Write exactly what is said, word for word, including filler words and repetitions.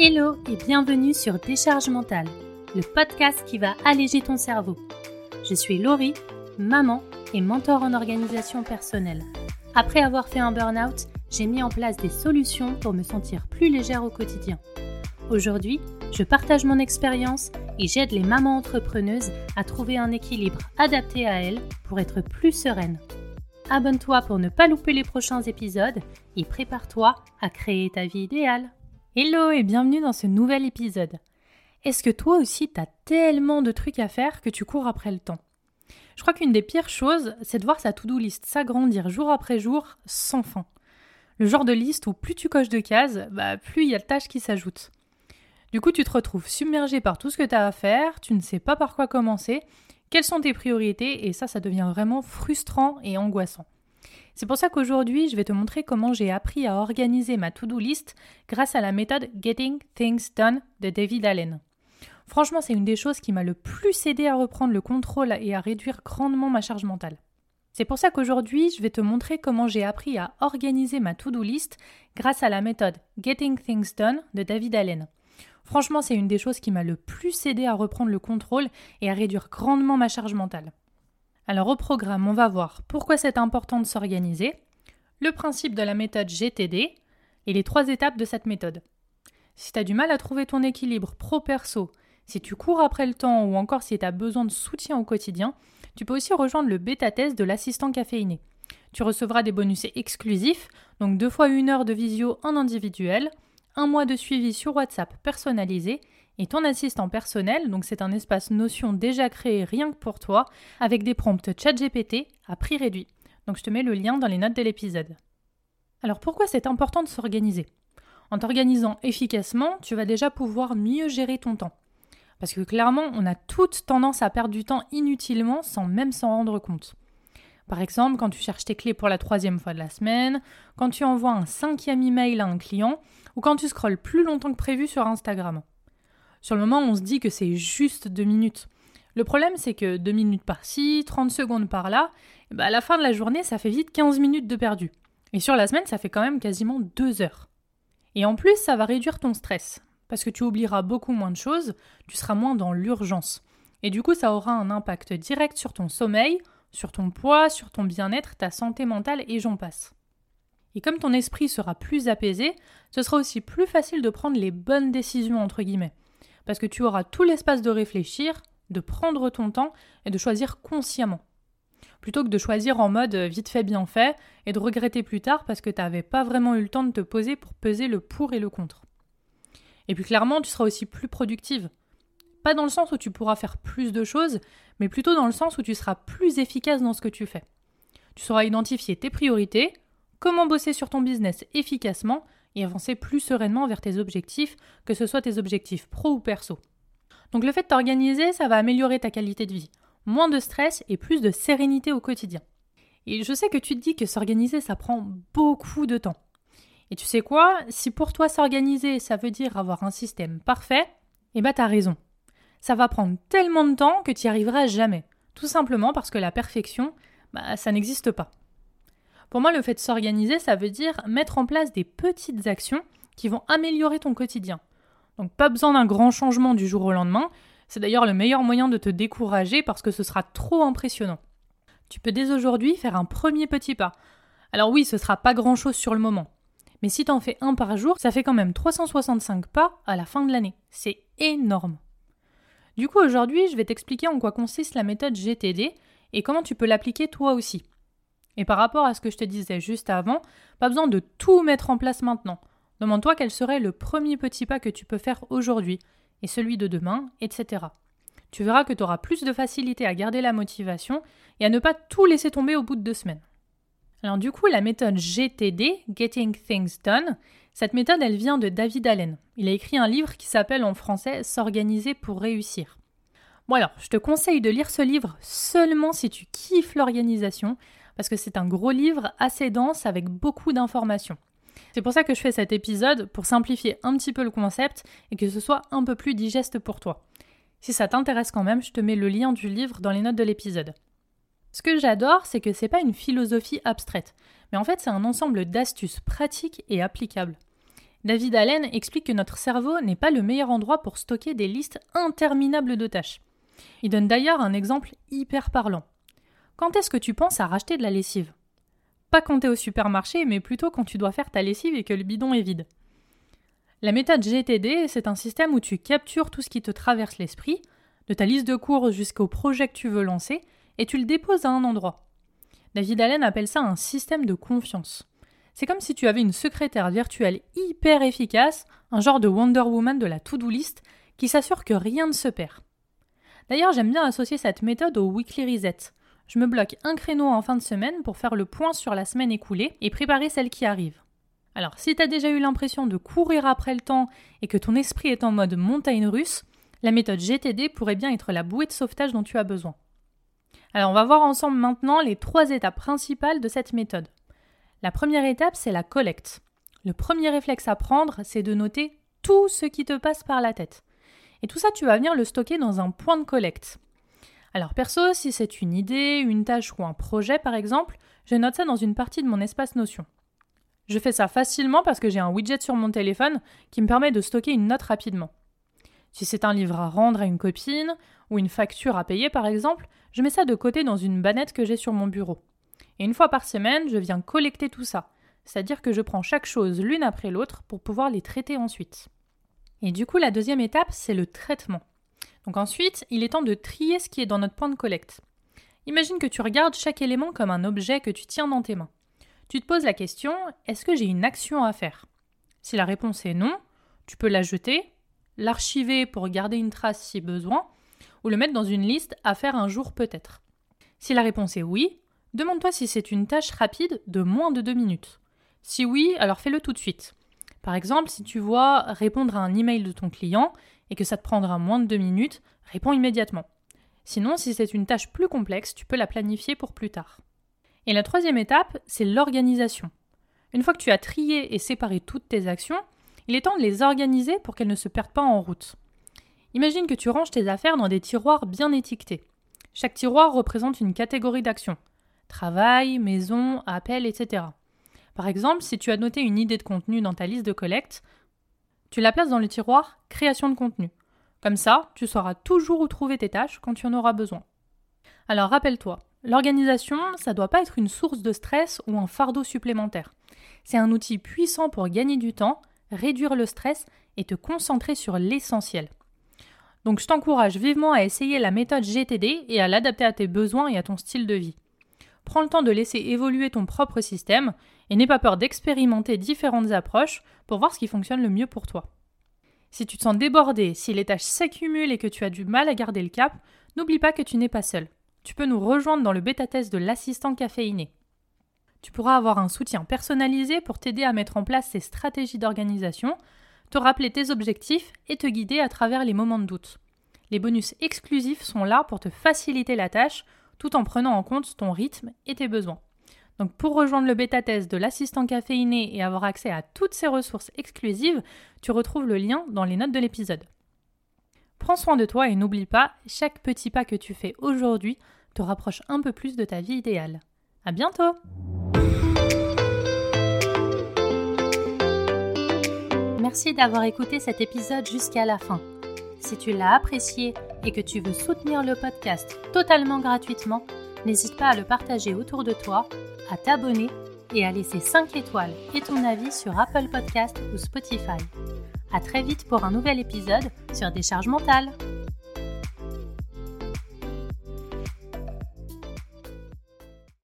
Hello et bienvenue sur Décharge mentale, le podcast qui va alléger ton cerveau. Je suis Laurie, maman et mentor en organisation personnelle. Après avoir fait un burn-out, j'ai mis en place des solutions pour me sentir plus légère au quotidien. Aujourd'hui, je partage mon expérience et j'aide les mamans entrepreneuses à trouver un équilibre adapté à elles pour être plus sereines. Abonne-toi pour ne pas louper les prochains épisodes et prépare-toi à créer ta vie idéale. Hello et bienvenue dans ce nouvel épisode. Est-ce que toi aussi t'as tellement de trucs à faire que tu cours après le temps ? Je crois qu'une des pires choses, c'est de voir sa to-do list s'agrandir jour après jour sans fin. Le genre de liste où plus tu coches de cases, bah plus il y a de tâches qui s'ajoutent. Du coup, tu te retrouves submergé par tout ce que tu as à faire, tu ne sais pas par quoi commencer, quelles sont tes priorités, et ça, ça devient vraiment frustrant et angoissant. C'est pour ça qu'aujourd'hui, je vais te montrer comment j'ai appris à organiser ma to-do list grâce à la méthode Getting Things Done de David Allen. Franchement, c'est une des choses qui m'a le plus aidé à reprendre le contrôle et à réduire grandement ma charge mentale. C'est pour ça qu'aujourd'hui, je vais te montrer comment j'ai appris à organiser ma to-do list grâce à la méthode Getting Things Done de David Allen. Franchement, c'est une des choses qui m'a le plus aidé à reprendre le contrôle et à réduire grandement ma charge mentale. Alors au programme, on va voir pourquoi c'est important de s'organiser, le principe de la méthode G T D et les trois étapes de cette méthode. Si tu as du mal à trouver ton équilibre pro-perso, si tu cours après le temps ou encore si tu as besoin de soutien au quotidien, tu peux aussi rejoindre le bêta-test de l'assistant caféiné. Tu recevras des bonus exclusifs, donc deux fois une heure de visio en individuel, un mois de suivi sur WhatsApp personnalisé et ton assistant personnel, donc c'est un espace Notion déjà créé rien que pour toi, avec des prompts ChatGPT à prix réduit. Donc je te mets le lien dans les notes de l'épisode. Alors pourquoi c'est important de s'organiser ? En t'organisant efficacement, tu vas déjà pouvoir mieux gérer ton temps. Parce que clairement, on a toute tendance à perdre du temps inutilement sans même s'en rendre compte. Par exemple, quand tu cherches tes clés pour la troisième fois de la semaine, quand tu envoies un cinquième email à un client, ou quand tu scrolles plus longtemps que prévu sur Instagram. Sur le moment, on se dit que c'est juste deux minutes. Le problème, c'est que deux minutes par-ci, trente secondes par-là, bah à la fin de la journée, ça fait vite quinze minutes de perdu. Et sur la semaine, ça fait quand même quasiment deux heures. Et en plus, ça va réduire ton stress, parce que tu oublieras beaucoup moins de choses, tu seras moins dans l'urgence. Et du coup, ça aura un impact direct sur ton sommeil, sur ton poids, sur ton bien-être, ta santé mentale et j'en passe. Et comme ton esprit sera plus apaisé, ce sera aussi plus facile de prendre les bonnes décisions entre guillemets. Parce que tu auras tout l'espace de réfléchir, de prendre ton temps et de choisir consciemment. Plutôt que de choisir en mode vite fait bien fait et de regretter plus tard parce que tu n'avais pas vraiment eu le temps de te poser pour peser le pour et le contre. Et puis clairement, tu seras aussi plus productive. Pas dans le sens où tu pourras faire plus de choses, mais plutôt dans le sens où tu seras plus efficace dans ce que tu fais. Tu sauras identifier tes priorités, comment bosser sur ton business efficacement et avancer plus sereinement vers tes objectifs, que ce soit tes objectifs pro ou perso. Donc le fait de t'organiser, ça va améliorer ta qualité de vie. Moins de stress et plus de sérénité au quotidien. Et je sais que tu te dis que s'organiser, ça prend beaucoup de temps. Et tu sais quoi ? Si pour toi s'organiser, ça veut dire avoir un système parfait, eh ben t'as raison. Ça va prendre tellement de temps que tu n'y arriveras jamais. Tout simplement parce que la perfection, bah, ça n'existe pas. Pour moi, le fait de s'organiser, ça veut dire mettre en place des petites actions qui vont améliorer ton quotidien. Donc pas besoin d'un grand changement du jour au lendemain. C'est d'ailleurs le meilleur moyen de te décourager parce que ce sera trop impressionnant. Tu peux dès aujourd'hui faire un premier petit pas. Alors oui, ce sera pas grand-chose sur le moment. Mais si tu en fais un par jour, ça fait quand même trois cent soixante-cinq pas à la fin de l'année. C'est énorme. Du coup, aujourd'hui, je vais t'expliquer en quoi consiste la méthode G T D et comment tu peux l'appliquer toi aussi. Et par rapport à ce que je te disais juste avant, pas besoin de tout mettre en place maintenant. Demande-toi quel serait le premier petit pas que tu peux faire aujourd'hui, et celui de demain, et cetera. Tu verras que tu auras plus de facilité à garder la motivation et à ne pas tout laisser tomber au bout de deux semaines. Alors du coup, la méthode G T D, Getting Things Done, cette méthode, elle vient de David Allen. Il a écrit un livre qui s'appelle en français « S'organiser pour réussir ». Bon alors, je te conseille de lire ce livre seulement si tu kiffes l'organisation, parce que c'est un gros livre assez dense avec beaucoup d'informations. C'est pour ça que je fais cet épisode, pour simplifier un petit peu le concept et que ce soit un peu plus digeste pour toi. Si ça t'intéresse quand même, je te mets le lien du livre dans les notes de l'épisode. Ce que j'adore, c'est que c'est pas une philosophie abstraite, mais en fait c'est un ensemble d'astuces pratiques et applicables. David Allen explique que notre cerveau n'est pas le meilleur endroit pour stocker des listes interminables de tâches. Il donne d'ailleurs un exemple hyper parlant. Quand est-ce que tu penses à racheter de la lessive ? Pas quand tu es au supermarché, mais plutôt quand tu dois faire ta lessive et que le bidon est vide. La méthode G T D, c'est un système où tu captures tout ce qui te traverse l'esprit, de ta liste de cours jusqu'au projet que tu veux lancer, et tu le déposes à un endroit. David Allen appelle ça un système de confiance. C'est comme si tu avais une secrétaire virtuelle hyper efficace, un genre de Wonder Woman de la to-do list, qui s'assure que rien ne se perd. D'ailleurs, j'aime bien associer cette méthode au weekly reset. Je me bloque un créneau en fin de semaine pour faire le point sur la semaine écoulée et préparer celle qui arrive. Alors, si tu as déjà eu l'impression de courir après le temps et que ton esprit est en mode montagne russe, la méthode G T D pourrait bien être la bouée de sauvetage dont tu as besoin. Alors, on va voir ensemble maintenant les trois étapes principales de cette méthode. La première étape, c'est la collecte. Le premier réflexe à prendre, c'est de noter tout ce qui te passe par la tête. Et tout ça, tu vas venir le stocker dans un point de collecte. Alors perso, si c'est une idée, une tâche ou un projet par exemple, je note ça dans une partie de mon espace Notion. Je fais ça facilement parce que j'ai un widget sur mon téléphone qui me permet de stocker une note rapidement. Si c'est un livre à rendre à une copine ou une facture à payer par exemple, je mets ça de côté dans une bannette que j'ai sur mon bureau. Et une fois par semaine, je viens collecter tout ça, c'est-à-dire que je prends chaque chose l'une après l'autre pour pouvoir les traiter ensuite. Et du coup, la deuxième étape, c'est le traitement. Donc ensuite, il est temps de trier ce qui est dans notre point de collecte. Imagine que tu regardes chaque élément comme un objet que tu tiens dans tes mains. Tu te poses la question, est-ce que j'ai une action à faire ? Si la réponse est non, tu peux la jeter, l'archiver pour garder une trace si besoin, ou le mettre dans une liste à faire un jour peut-être. Si la réponse est oui, demande-toi si c'est une tâche rapide de moins de deux minutes. Si oui, alors fais-le tout de suite. Par exemple, si tu vois répondre à un email de ton client et que ça te prendra moins de deux minutes, réponds immédiatement. Sinon, si c'est une tâche plus complexe, tu peux la planifier pour plus tard. Et la troisième étape, c'est l'organisation. Une fois que tu as trié et séparé toutes tes actions, il est temps de les organiser pour qu'elles ne se perdent pas en route. Imagine que tu ranges tes affaires dans des tiroirs bien étiquetés. Chaque tiroir représente une catégorie d'actions. Travail, maison, appel, et cetera. Par exemple, si tu as noté une idée de contenu dans ta liste de collecte, tu la places dans le tiroir « Création de contenu ». Comme ça, tu sauras toujours où trouver tes tâches quand tu en auras besoin. Alors rappelle-toi, l'organisation, ça ne doit pas être une source de stress ou un fardeau supplémentaire. C'est un outil puissant pour gagner du temps, réduire le stress et te concentrer sur l'essentiel. Donc je t'encourage vivement à essayer la méthode G T D et à l'adapter à tes besoins et à ton style de vie. Prends le temps de laisser évoluer ton propre système et n'aie pas peur d'expérimenter différentes approches pour voir ce qui fonctionne le mieux pour toi. Si tu te sens débordé, si les tâches s'accumulent et que tu as du mal à garder le cap, n'oublie pas que tu n'es pas seul. Tu peux nous rejoindre dans le bêta-test de l'assistant caféiné. Tu pourras avoir un soutien personnalisé pour t'aider à mettre en place ces stratégies d'organisation, te rappeler tes objectifs et te guider à travers les moments de doute. Les bonus exclusifs sont là pour te faciliter la tâche tout en prenant en compte ton rythme et tes besoins. Donc pour rejoindre le bêta-test de l'assistant caféiné et avoir accès à toutes ces ressources exclusives, tu retrouves le lien dans les notes de l'épisode. Prends soin de toi et n'oublie pas, chaque petit pas que tu fais aujourd'hui te rapproche un peu plus de ta vie idéale. À bientôt! Merci d'avoir écouté cet épisode jusqu'à la fin. Si tu l'as apprécié et que tu veux soutenir le podcast totalement gratuitement, n'hésite pas à le partager autour de toi, à t'abonner et à laisser cinq étoiles et ton avis sur Apple Podcast ou Spotify. À très vite pour un nouvel épisode sur Décharge mentale.